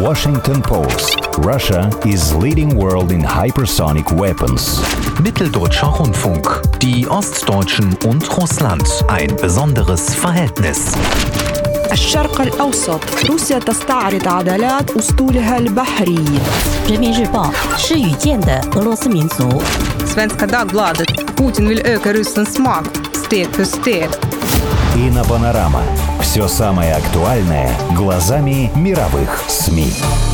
Washington Post. Russia is leading world in hypersonic weapons. Mitteldeutscher Rundfunk. Die Ostdeutschen und Russland. Ein besonderes Verhältnis. الشرق الأوسط روسيا تستعرض عضلات أسطولها البحري. 人民日报是语见的俄罗斯民族。 Svenska Dagbladet. Putin vill öka Rysslands makt steg för steg. Инопанорама. Все самое актуальное глазами мировых СМИ.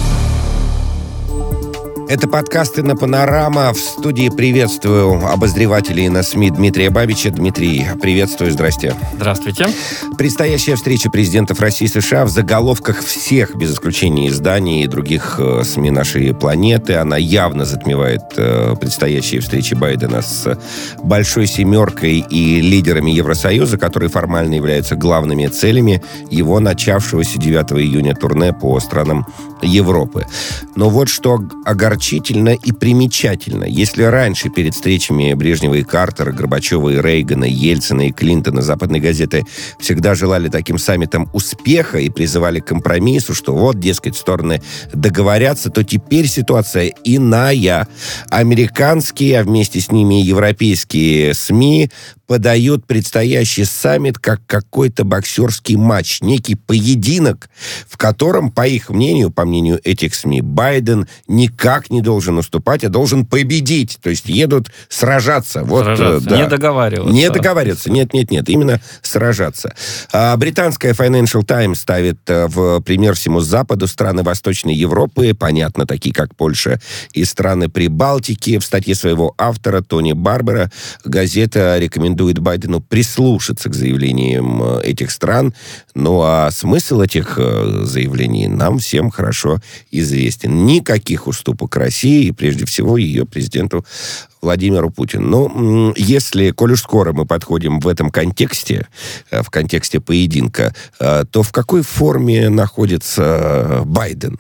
Это подкаст «Инопанорама». В студии приветствую обозревателей на СМИ Дмитрия Бабича. Дмитрий, приветствую, здрасте. Здравствуйте. Предстоящая встреча президентов России и США в заголовках всех, без исключения изданий и других СМИ нашей планеты. Она явно затмевает предстоящие встречи Байдена с Большой Семеркой и лидерами Евросоюза, которые формально являются главными целями его начавшегося 9 июня турне по странам Европы. Но вот что огорчительно и примечательно. Если раньше перед встречами Брежнева и Картера, Горбачева и Рейгана, Ельцина и Клинтона западные газеты всегда желали таким саммитам успеха и призывали к компромиссу, что вот, дескать, стороны договорятся, то теперь ситуация иная. Американские, а вместе с ними и европейские СМИ подают предстоящий саммит как какой-то боксерский матч, некий поединок, в котором, по их мнению, по мнению этих СМИ, Байден никак не должен уступать, а должен победить. То есть едут сражаться. Вот, сражаться, да. Не договариваться. Не договариваться. Нет. Именно сражаться. Британская Financial Times ставит в пример всему Западу страны Восточной Европы, понятно, такие как Польша и страны Прибалтики. В статье своего автора Тони Барбера газета рекомендует Байдену прислушаться к заявлениям этих стран. Ну, а смысл этих заявлений нам всем хорошо известен. Никаких уступок России и, прежде всего, ее президенту Владимиру Путину. Но если, коль уж скоро мы подходим в этом контексте, в контексте поединка, то в какой форме находится Байден?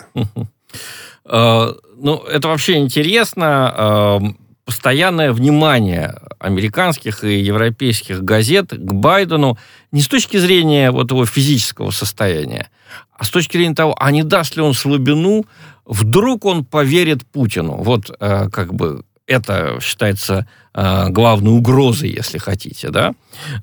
Ну, это вообще интересно. Постоянное внимание американских и европейских газет к Байдену не с точки зрения вот его физического состояния, а с точки зрения того, а не даст ли он слабину, вдруг он поверит Путину. Вот как бы это считается главной угрозой, если хотите, да.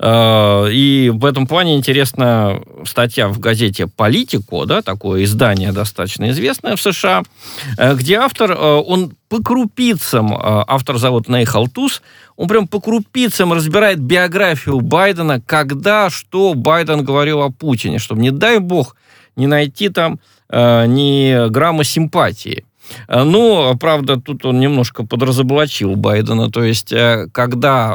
И в этом плане интересна статья в газете «Политико», да, такое издание достаточно известное в США, где автор, он по крупицам, автор зовут Нейхал Туз, он прям по крупицам разбирает биографию Байдена, когда, что Байден говорил о Путине, чтобы, не дай бог, не найти там ни грамма симпатии. Ну, правда, тут он немножко подразоблачил Байдена. То есть, когда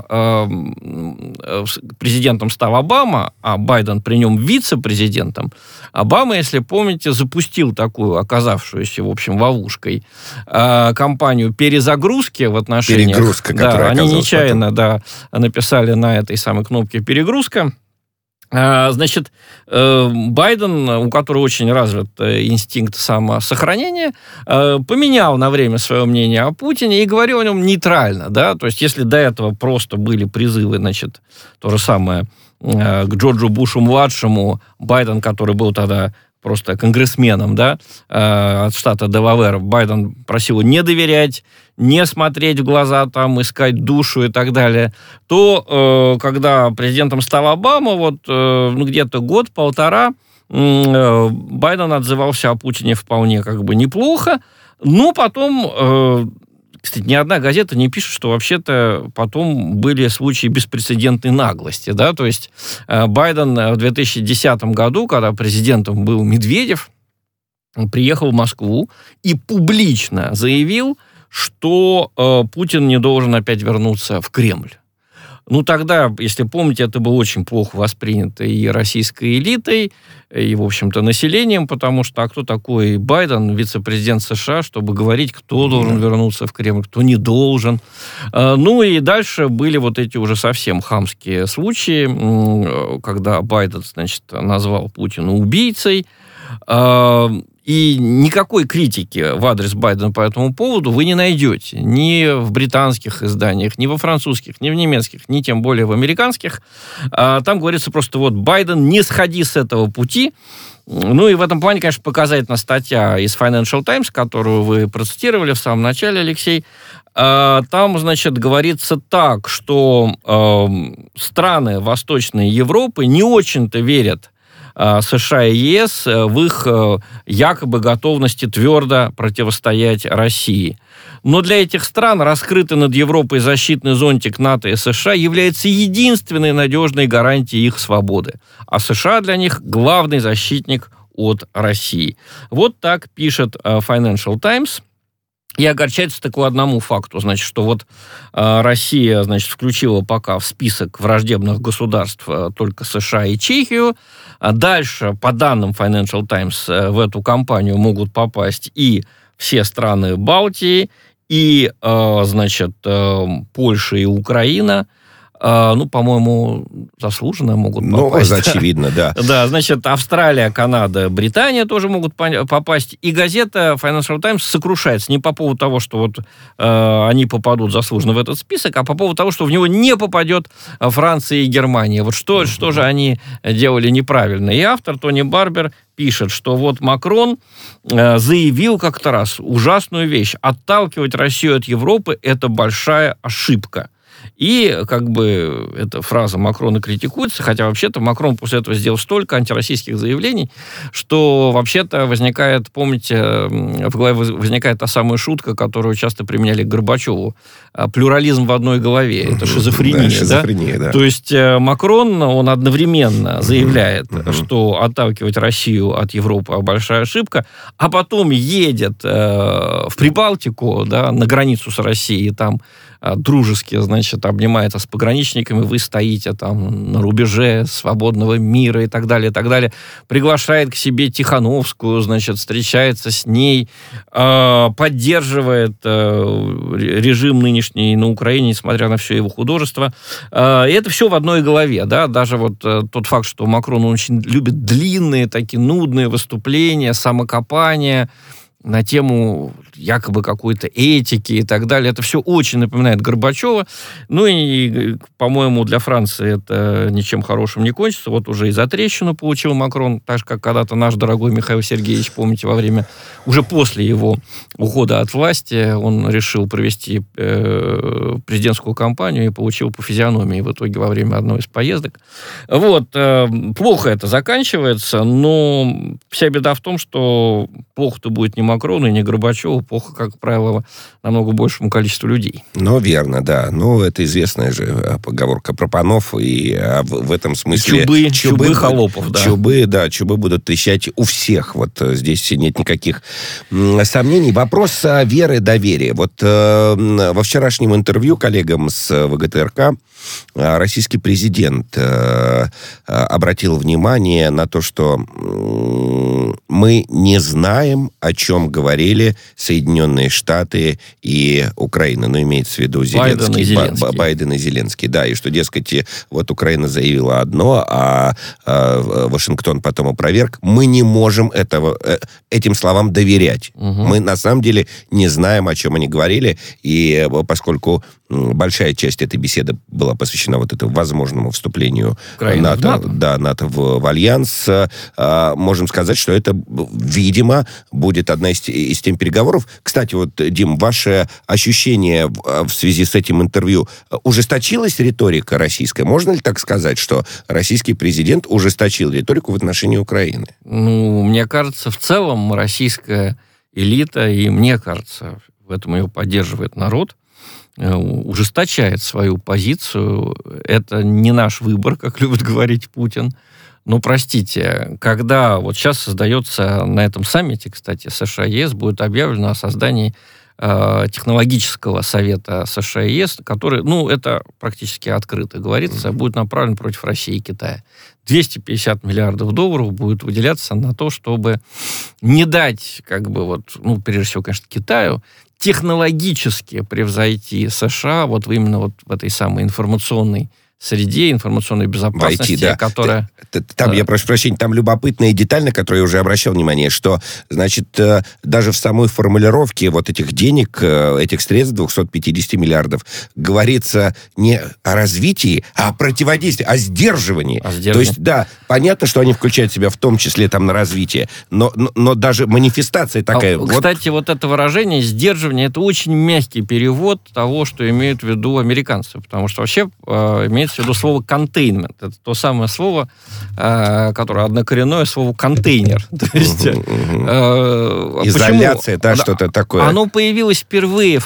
президентом стал Обама, а Байден при нем вице-президентом, Обама, если помните, запустил такую, оказавшуюся, в общем, ловушкой, кампанию перезагрузки в отношениях... Перегрузка, которая они оказалась нечаянно, потом. Написали на этой самой кнопке «перегрузка». Значит, Байден, у которого очень развит инстинкт самосохранения, поменял на время свое мнение о Путине и говорил о нем нейтрально, да, то есть если до этого просто были призывы, значит, то же самое к Джорджу Бушу-младшему, Байден, который был тогда просто конгрессменом, да, от штата Делавэр, Байден просил не доверять, не смотреть в глаза, там, искать душу и так далее, то, когда президентом стал Обама, вот, где-то год-полтора, Байден отзывался о Путине вполне как бы неплохо, но потом... Кстати, ни одна газета не пишет, что вообще-то потом были случаи беспрецедентной наглости. Да? То есть Байден в 2010 году, когда президентом был Медведев, приехал в Москву и публично заявил, что Путин не должен опять вернуться в Кремль. Ну, тогда, если помните, это было очень плохо воспринято и российской элитой, и, в общем-то, населением, потому что, а кто такой Байден, вице-президент США, чтобы говорить, кто должен вернуться в Кремль, кто не должен. Ну, и дальше были вот эти уже совсем хамские случаи, когда Байден, значит, назвал Путина убийцей. И никакой критики в адрес Байдена по этому поводу вы не найдете. Ни в британских изданиях, ни во французских, ни в немецких, ни тем более в американских. Там говорится просто, вот, Байден, не сходи с этого пути. Ну, и в этом плане, конечно, показательна статья из Financial Times, которую вы процитировали в самом начале, Алексей. Там, значит, говорится так, что страны Восточной Европы не очень-то верят США и ЕС в их якобы готовности твердо противостоять России. Но для этих стран раскрытый над Европой защитный зонтик НАТО и США является единственной надежной гарантией их свободы. А США для них главный защитник от России. Вот так пишет Financial Times. И огорчается такому одному факту, значит, что вот Россия, значит, включила пока в список враждебных государств только США и Чехию. А дальше, по данным Financial Times, в эту кампанию могут попасть и все страны Балтии, и, значит, Польша и Украина. Ну, по-моему, заслуженно могут попасть. Ну, очевидно, да. Да, значит, Австралия, Канада, Британия тоже могут попасть. И газета Financial Times сокрушается не по поводу того, что вот они попадут заслуженно в этот список, а по поводу того, что в него не попадет Франция и Германия. Вот что же они делали неправильно. И автор Тони Барбер пишет, что вот Макрон заявил как-то раз ужасную вещь. Отталкивать Россию от Европы – это большая ошибка. И как бы эта фраза Макрона критикуется, хотя вообще-то Макрон после этого сделал столько антироссийских заявлений, что вообще-то возникает, помните, в голове возникает та самая шутка, которую часто применяли к Горбачеву. Плюрализм в одной голове. Это шизофрения. Да, шизофрения, да? То есть Макрон, он одновременно заявляет, что отталкивать Россию от Европы большая ошибка, а потом едет в Прибалтику, да, на границу с Россией, там дружески, значит, обнимается с пограничниками, вы стоите там на рубеже свободного мира и так далее, и так далее. Приглашает к себе Тихановскую, значит, встречается с ней, поддерживает режим нынешний на Украине, несмотря на все его художество. И это все в одной голове, да, даже вот тот факт, что Макрон очень любит длинные, такие нудные выступления, самокопания на тему якобы какой-то этики и так далее. Это все очень напоминает Горбачева. Ну и, по-моему, для Франции это ничем хорошим не кончится. Вот уже и затрещину получил Макрон, так же, как когда-то наш дорогой Михаил Сергеевич, помните, во время, уже после его ухода от власти, он решил провести президентскую кампанию и получил по физиономии в итоге во время одной из поездок. Вот. Плохо это заканчивается, но вся беда в том, что плохо-то будет не Макрону и не Горбачеву, плохо, как правило, намного большему количеству людей. Ну, верно, да. Ну, это известная же поговорка про панов, и в этом смысле... Чубы холопов, да. Чубы будут трещать у всех. Вот здесь нет никаких сомнений. Вопрос веры, доверия. Вот во вчерашнем интервью коллегам с ВГТРК российский президент обратил внимание на то, что мы не знаем, о чем говорили Соединенные Штаты и Украина. Ну, имеется в виду Байден и Зеленский. Да, и что, дескать, вот Украина заявила одно, а Вашингтон потом опроверг. Мы не можем этим словам доверять. Угу. Мы, на самом деле, не знаем, о чем они говорили, и поскольку большая часть этой беседы была посвящена вот этому возможному вступлению НАТО в альянс, можем сказать, что это, видимо, будет одна из тем переговоров. Кстати, вот, Дим, ваше ощущение в связи с этим интервью, ужесточилась риторика российская? Можно ли так сказать, что российский президент ужесточил риторику в отношении Украины? Ну, мне кажется, в целом российская элита, и мне кажется, в этом ее поддерживает народ, ужесточает свою позицию. Это не наш выбор, как любит говорить Путин. Но, простите, когда вот сейчас создается на этом саммите, кстати, США и ЕС, будет объявлено о создании технологического совета США и ЕС, который, ну, это практически открыто говорится, будет направлен против России и Китая. 250 миллиардов долларов будет выделяться на то, чтобы не дать, как бы, вот, ну, прежде всего, конечно, Китаю технологически превзойти США вот именно вот в этой самой информационной среде информационной безопасности, да. которая... Там, я прошу прощения, там любопытная деталь, на которую я уже обращал внимание, что, значит, даже в самой формулировке вот этих денег, этих средств, 250 миллиардов, говорится не о развитии, а о противодействии, о сдерживании. То есть, да, понятно, что они включают в себя в том числе там на развитие, но даже манифестация такая... Кстати, вот это выражение «сдерживание» — это очень мягкий перевод того, что имеют в виду американцы, потому что вообще имеется в виду слово «containment». Это то самое слово, которое однокоренное слово «контейнер». То есть, изоляция, да, что-то такое. Оно появилось впервые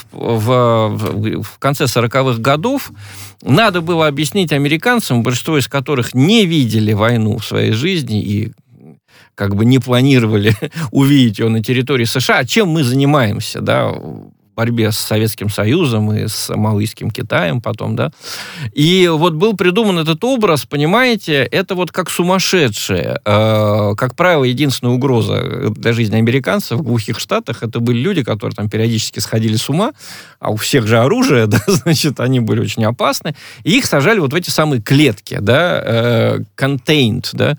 в конце 40-х годов. Надо было объяснить американцам, большинство из которых не видели войну в своей жизни и как бы не планировали увидеть ее на территории США, чем мы занимаемся, да, в борьбе с Советским Союзом и с Маоистским Китаем потом, да. И вот был придуман этот образ, понимаете, это вот как сумасшедшие. Как правило, единственная угроза для жизни американцев в глухих штатах это были люди, которые там периодически сходили с ума, а у всех же оружие, да, значит, они были очень опасны, и их сажали вот в эти самые клетки, да, contained, да.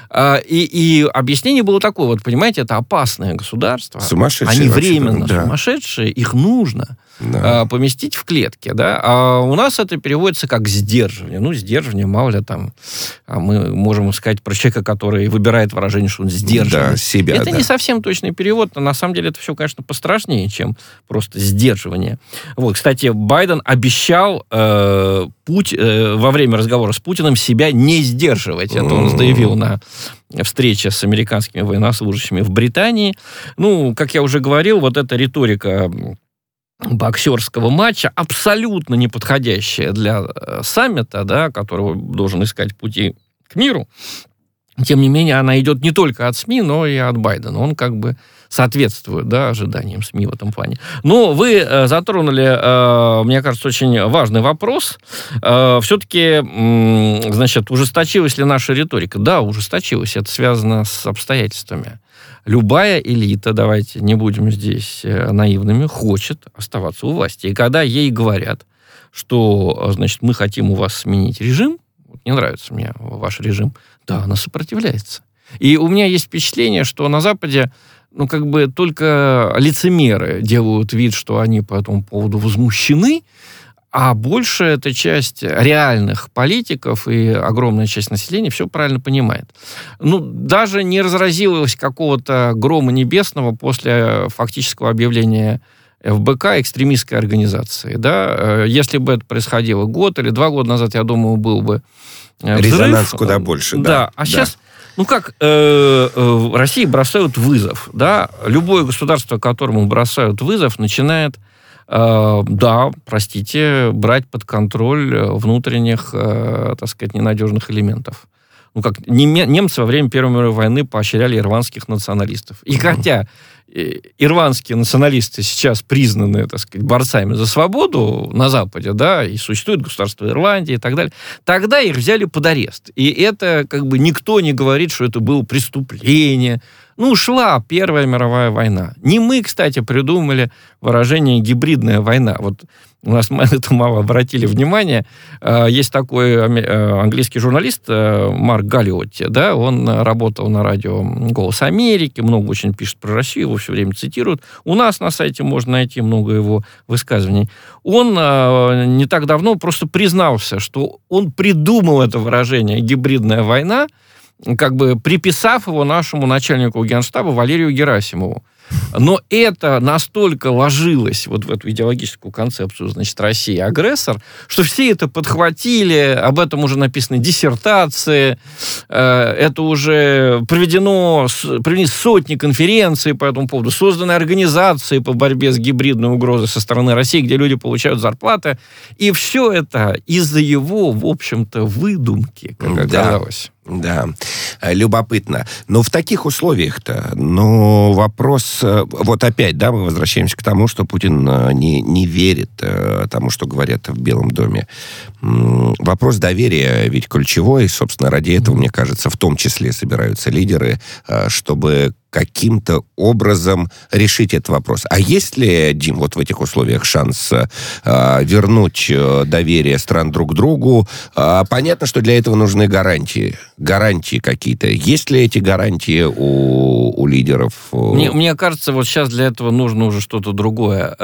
И объяснение было такое, вот, понимаете, это опасное государство. Сумасшедшие. Они временно сумасшедшие, их нужно поместить в клетки, да, а у нас это переводится как сдерживание. Ну, сдерживание, мало ли там, мы можем сказать про человека, который выбирает выражение, что он сдерживает. Да, себя, это не совсем точный перевод, но на самом деле это все, конечно, пострашнее, чем просто сдерживание. Вот, кстати, Байден обещал во время разговора с Путиным себя не сдерживать. Это он заявил на встрече с американскими военнослужащими в Британии. Ну, как я уже говорил, вот эта риторика боксерского матча абсолютно неподходящая для саммита, да, которого должен искать пути к миру. Тем не менее, она идет не только от СМИ, но и от Байдена. Он как бы соответствует, да, ожиданиям СМИ в этом плане. Но вы затронули, мне кажется, очень важный вопрос. Все-таки, значит, ужесточилась ли наша риторика? Да, ужесточилась. Это связано с обстоятельствами. Любая элита, давайте не будем здесь наивными, хочет оставаться у власти. И когда ей говорят, что, значит, мы хотим у вас сменить режим, не нравится мне ваш режим, да, она сопротивляется. И у меня есть впечатление, что на Западе, ну, как бы только лицемеры делают вид, что они по этому поводу возмущены, а большая эта часть реальных политиков и огромная часть населения все правильно понимает. Ну, даже не разразилось какого-то грома небесного после фактического объявления ФБК экстремистской организации. Да? Если бы это происходило год или 2 года назад, я думаю, был бы взрыв. Резонанс куда больше. Да, а сейчас... Ну, как России бросают вызов, да? Любое государство, которому бросают вызов, начинает, да, простите, брать под контроль внутренних, так сказать, ненадежных элементов. Ну, как немцы во время Первой мировой войны поощряли ирландских националистов. И хотя ирландские националисты сейчас признаны, так сказать, борцами за свободу на Западе, да, и существует государство Ирландии и так далее, тогда их взяли под арест. И это, как бы, никто не говорит, что это было преступление. Ну, шла Первая мировая война. Не мы, кстати, придумали выражение «гибридная война». Вот у нас на это мало обратили внимание. Есть такой английский журналист Марк Галлиотти, да, он работал на радио «Голос Америки», много очень пишет про Россию, его все время цитируют. У нас на сайте можно найти много его высказываний. Он не так давно просто признался, что он придумал это выражение «гибридная война», как бы приписав его нашему начальнику Генштаба Валерию Герасимову. Но это настолько ложилось вот в эту идеологическую концепцию, значит, России агрессор, что все это подхватили, об этом уже написаны диссертации, это уже проведены сотни конференций по этому поводу, созданы организации по борьбе с гибридной угрозой со стороны России, где люди получают зарплаты, и все это из-за его, в общем-то, выдумки, как оказалось. Да, любопытно. Но в таких условиях-то, ну, вопрос... Вот опять, да, мы возвращаемся к тому, что Путин не верит тому, что говорят в Белом доме. Вопрос доверия ведь ключевой. Собственно, ради этого, мне кажется, в том числе собираются лидеры, чтобы каким-то образом решить этот вопрос. А есть ли, Дим, вот в этих условиях шанс вернуть доверие стран друг к другу? Понятно, что для этого нужны гарантии. Гарантии какие-то. Есть ли эти гарантии у лидеров? Мне кажется, вот сейчас для этого нужно уже что-то другое.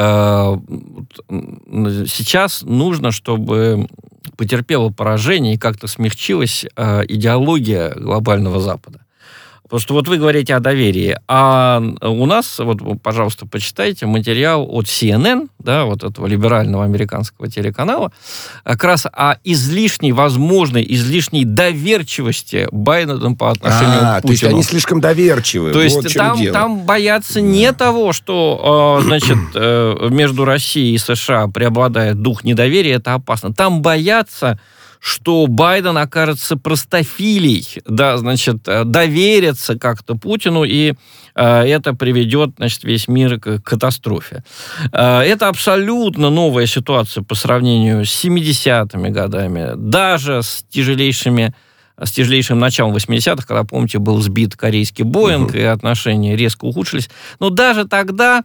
Сейчас нужно, чтобы потерпела поражение и как-то смягчилась идеология глобального Запада. Потому что вот вы говорите о доверии, а у нас, вот, пожалуйста, почитайте материал от CNN, да, вот этого либерального американского телеканала, как раз о возможной излишней доверчивости Байдена по отношению к Путину. То есть они слишком доверчивы. То есть там боятся не того, что, значит, между Россией и США преобладает дух недоверия, это опасно. Там боятся, что Байден окажется простофилей, да, значит, доверится как-то Путину, и это приведет, значит, весь мир к катастрофе. Это абсолютно новая ситуация по сравнению с 70-ми годами, даже с тяжелейшим началом 80-х, когда, помните, был сбит корейский Боинг, и отношения резко ухудшились. Но даже тогда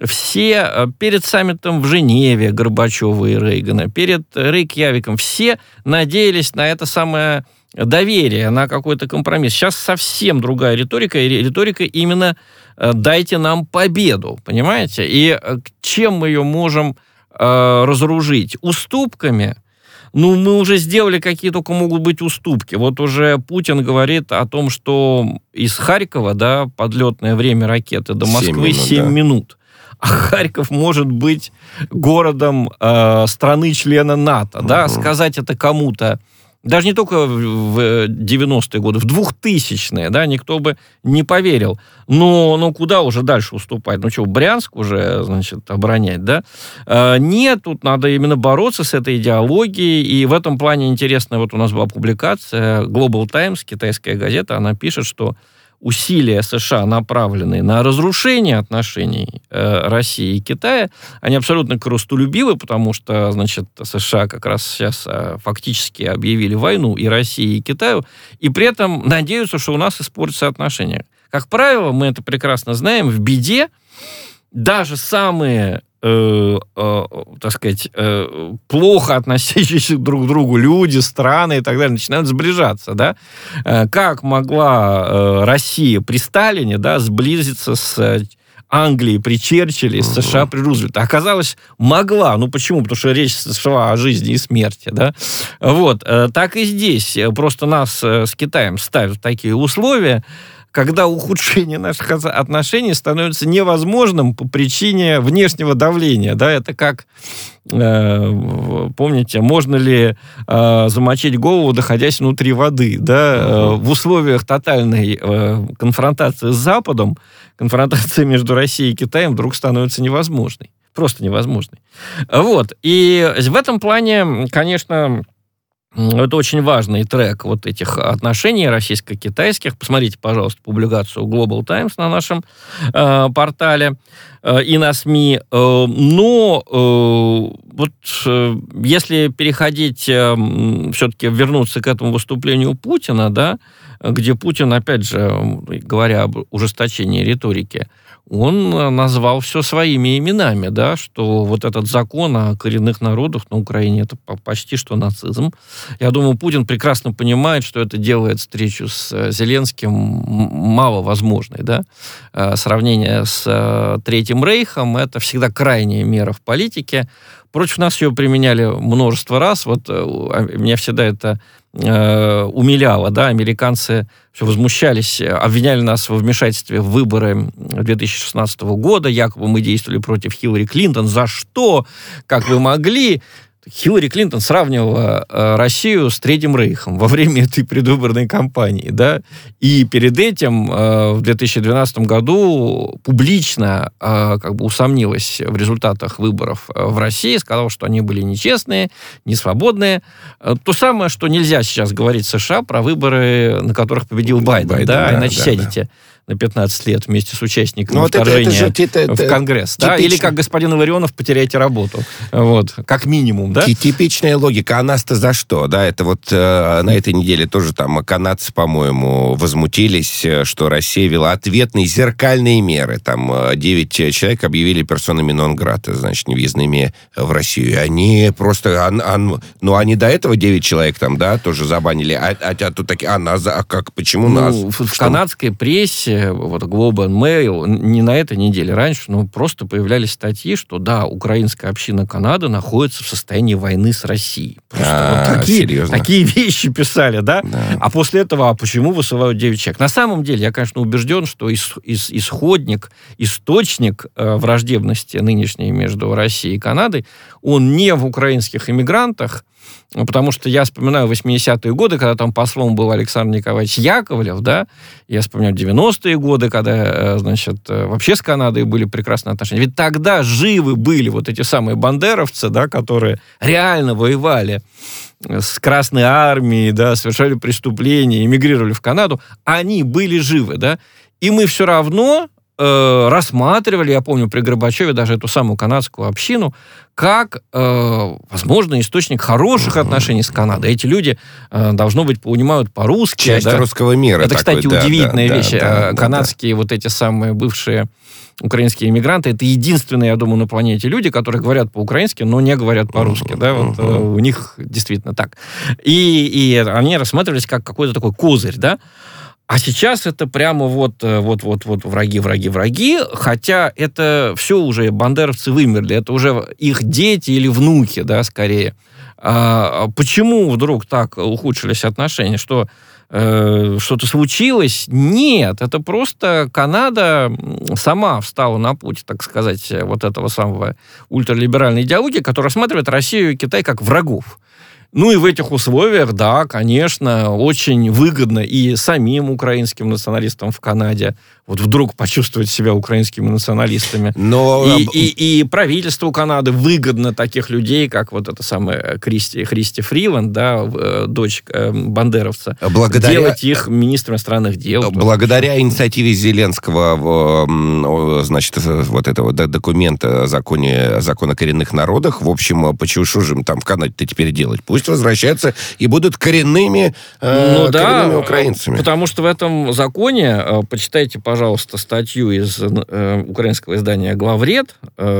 все перед саммитом в Женеве Горбачева и Рейгана, перед Рейкьявиком, все надеялись на это самое доверие, на какой-то компромисс. Сейчас совсем другая риторика, и риторика именно «дайте нам победу», понимаете? И чем мы ее можем разоружить? Уступками? Ну, мы уже сделали, какие только могут быть уступки. Вот уже Путин говорит о том, что из Харькова, да, подлетное время ракеты до Москвы 7 минут. А Харьков может быть городом страны-члена НАТО. Да? Сказать это кому-то, даже не только в 90-е годы, в 2000-е, да, никто бы не поверил. Но куда уже дальше уступать? Ну что, Брянск уже, значит, оборонять, да? Нет, тут надо именно бороться с этой идеологией, и в этом плане интересная вот у нас была публикация Global Times, китайская газета, она пишет, что усилия США, направленные на разрушение отношений России и Китая, они абсолютно корыстолюбивы, потому что, значит, США как раз сейчас фактически объявили войну и России, и Китаю, и при этом надеются, что у нас испортятся отношения. Как правило, мы это прекрасно знаем, в беде даже самые так сказать, плохо относящиеся друг к другу люди, страны и так далее, начинают сближаться, да? Как могла Россия при Сталине, да, сблизиться с Англией при Черчилле, с США при Рузвельте? Оказалось, могла. Ну, почему? Потому что речь шла о жизни и смерти, да? Вот. Так и здесь. Просто нас с Китаем ставят в такие условия, когда ухудшение наших отношений становится невозможным по причине внешнего давления. Да? Это как, помните, можно ли замочить голову, находясь внутри воды? Да? В условиях тотальной конфронтации с Западом, конфронтация между Россией и Китаем вдруг становится невозможной. Просто невозможной. Вот. И в этом плане, конечно, это очень важный трек вот этих отношений российско-китайских. Посмотрите, пожалуйста, публикацию Global Times на нашем портале и на СМИ. Но вот если переходить, все-таки вернуться к этому выступлению Путина, да, где Путин, опять же, говоря об ужесточении риторики, он назвал все своими именами, да, что вот этот закон о коренных народах на Украине, это почти что нацизм. Я думаю, Путин прекрасно понимает, что это делает встречу с Зеленским маловозможной, да. Сравнение с Третьим Рейхом — это всегда крайняя мера в политике. Против нас ее применяли множество раз. Вот меня всегда это умиляло, да, американцы все возмущались, обвиняли нас во вмешательстве в выборы 2016 года, якобы мы действовали против Хиллари Клинтон. За что? Как вы могли? Хиллари Клинтон сравнивала Россию с Третьим Рейхом во время этой предвыборной кампании, да, и перед этим в 2012 году публично как бы усомнилась в результатах выборов в России, сказала, что они были нечестные, несвободные. То самое, что нельзя сейчас говорить в США про выборы, на которых победил Байден, да, иначе сядете на 15 лет вместе с участниками вторжения в Конгресс. Да? Или как господин Илларионов, потеряйте работу. Вот. Как минимум, да? Типичная логика. А нас-то за что? Да, это вот на этой неделе тоже там канадцы, по-моему, возмутились, что Россия вела ответные зеркальные меры. Там 9 человек объявили персонами нон-грата, значит, невъездными в Россию. И они просто... они до этого 9 человек там, да, тоже забанили. А тут такие, как, почему нас? В канадской прессе, вот Globe and Mail, не на этой неделе, раньше, просто появлялись статьи, что, да, украинская община Канады находится в состоянии войны с Россией. Просто такие вещи писали, да? А после этого, почему высылают 9 человек? На самом деле, я, конечно, убежден, что источник враждебности нынешней между Россией и Канадой, он не в украинских иммигрантах, потому что я вспоминаю 80-е годы, когда там послом был Александр Николаевич Яковлев, да, я вспоминаю 90-е годы, когда, вообще с Канадой были прекрасные отношения. Ведь тогда живы были вот эти самые бандеровцы, да, которые реально воевали с Красной Армией, да, совершали преступления, эмигрировали в Канаду, они были живы, да, и мы все равно рассматривали, я помню, при Горбачеве даже эту самую канадскую общину, как, возможно, источник хороших отношений с Канадой. Эти люди, должно быть, понимают по-русски. Часть русского мира. Это, кстати, удивительная вещь. Канадские вот эти самые бывшие украинские иммигранты, это единственные, я думаю, на планете люди, которые говорят по-украински, но не говорят по-русски. Да? Вот, у них действительно так. И они рассматривались как какой-то такой козырь, да? А сейчас это прямо вот враги, хотя это все уже бандеровцы вымерли, это уже их дети или внуки, да, скорее. Почему вдруг так ухудшились отношения? Что что-то случилось? Нет, это просто Канада сама встала на путь, так сказать, вот этого самого ультралиберальной идеологии, которая рассматривает Россию и Китай как врагов. Ну и в этих условиях, да, конечно, очень выгодно и самим украинским националистам в Канаде вот вдруг почувствовать себя украинскими националистами. И правительству Канады выгодно таких людей, как вот эта самая Христи Фриланд, да, дочь бандеровца, делать их министром иностранных дел. Благодаря инициативе Зеленского, значит, вот этого документа о законе о коренных народах, в общем, почему же там в Канаде-то теперь делать? Пусть возвращаются и будут коренными украинцами. Потому что в этом законе, почитайте, пожалуйста, статью из украинского издания «Главред».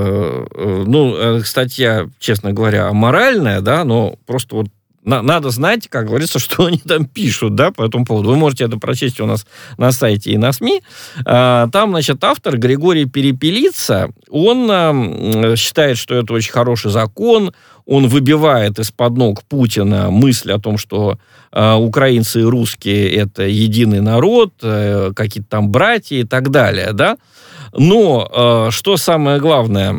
Статья, честно говоря, аморальная, да, но просто вот надо знать, как говорится, что они там пишут, да, по этому поводу. Вы можете это прочесть у нас на сайте и на СМИ. Там, значит, автор Григорий Перепелица, он считает, что это очень хороший закон, он выбивает из-под ног Путина мысль о том, что украинцы и русские – это единый народ, какие-то там братья и так далее, да. Но, что самое главное,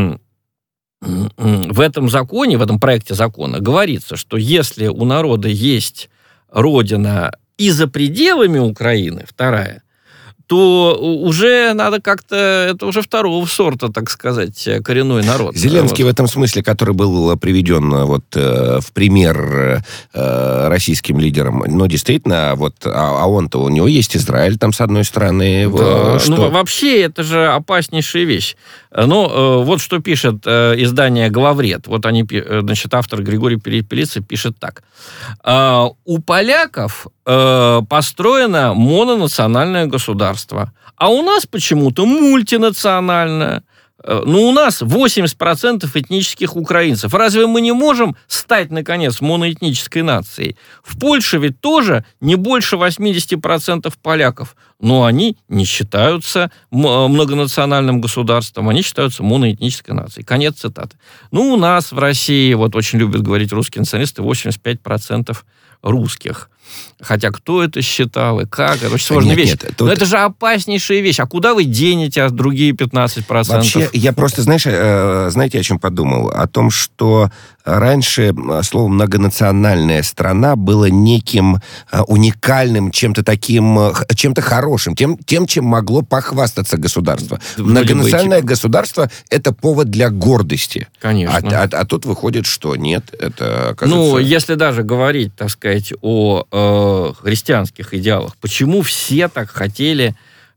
в этом законе, в этом проекте закона говорится, что если у народа есть родина и за пределами Украины, вторая, то уже надо как-то, это уже второго сорта, так сказать, коренной народ. Зеленский в этом смысле, который был приведен вот в пример российским лидерам, но действительно, вот, он-то, у него есть Израиль там с одной стороны. Да, вообще это же опаснейшая вещь. Вот что пишет издание «Главред». Вот они, значит, автор Григорий Перепелица пишет так. У поляков построено мононациональное государство, а у нас почему-то мультинациональное. У нас 80% этнических украинцев. Разве мы не можем стать, наконец, моноэтнической нацией? В Польше ведь тоже не больше 80% поляков. Но они не считаются многонациональным государством, они считаются моноэтнической нацией. Конец цитаты. У нас в России, вот очень любят говорить русские националисты, 85% русских. Хотя кто это считал и как? Это очень сложная вещь. Но это же опаснейшая вещь. А куда вы денете другие 15%? Вообще, я просто, знаете, о чем подумал? О том, что раньше слово «многонациональная страна» было неким уникальным, чем-то таким, чем-то хорошим, тем, чем могло похвастаться государство. Многонациональное государство – это повод для гордости. Конечно. А тут выходит, что нет. Это, кажется... если даже говорить, так сказать, о христианских идеалах, почему все так хотели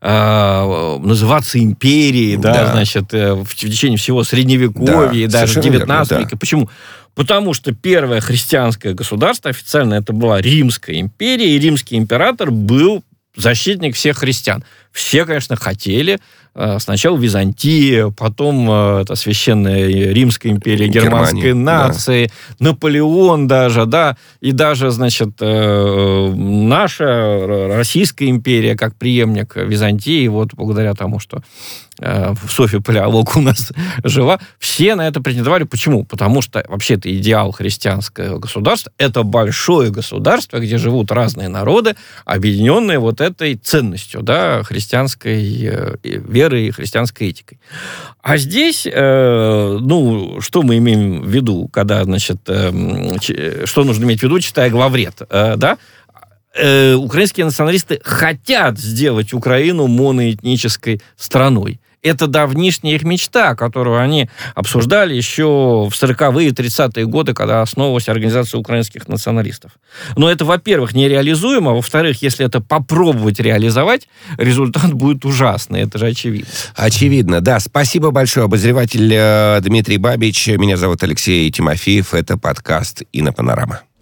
называться империей, да, значит, в течение всего Средневековья, да, даже 19 века. Да. Почему? Потому что первое христианское государство официально это была Римская империя, и римский император был защитник всех христиан. Все, конечно, хотели. Сначала Византия, потом это Священная Римская империя германской нации, да. Наполеон даже, да, и даже, значит, наша Российская империя, как преемник Византии, вот благодаря тому, что Софья Палеолог у нас жива, все на это претендовали. Почему? Потому что вообще-то идеал христианского государства – это большое государство, где живут разные народы, объединенные вот этой ценностью, да, христианской верой и христианской этикой. А здесь, что мы имеем в виду, когда, значит, что нужно иметь в виду, читая главред, да? Украинские националисты хотят сделать Украину моноэтнической страной. Это давнишняя их мечта, которую они обсуждали еще в 40-е и 30-е годы, когда основывалась Организация украинских националистов. Но это, во-первых, нереализуемо, а во-вторых, если это попробовать реализовать, результат будет ужасный, это же очевидно. Очевидно, да. Спасибо большое, обозреватель Дмитрий Бабич. Меня зовут Алексей Тимофеев. Это подкаст «Инопанорама».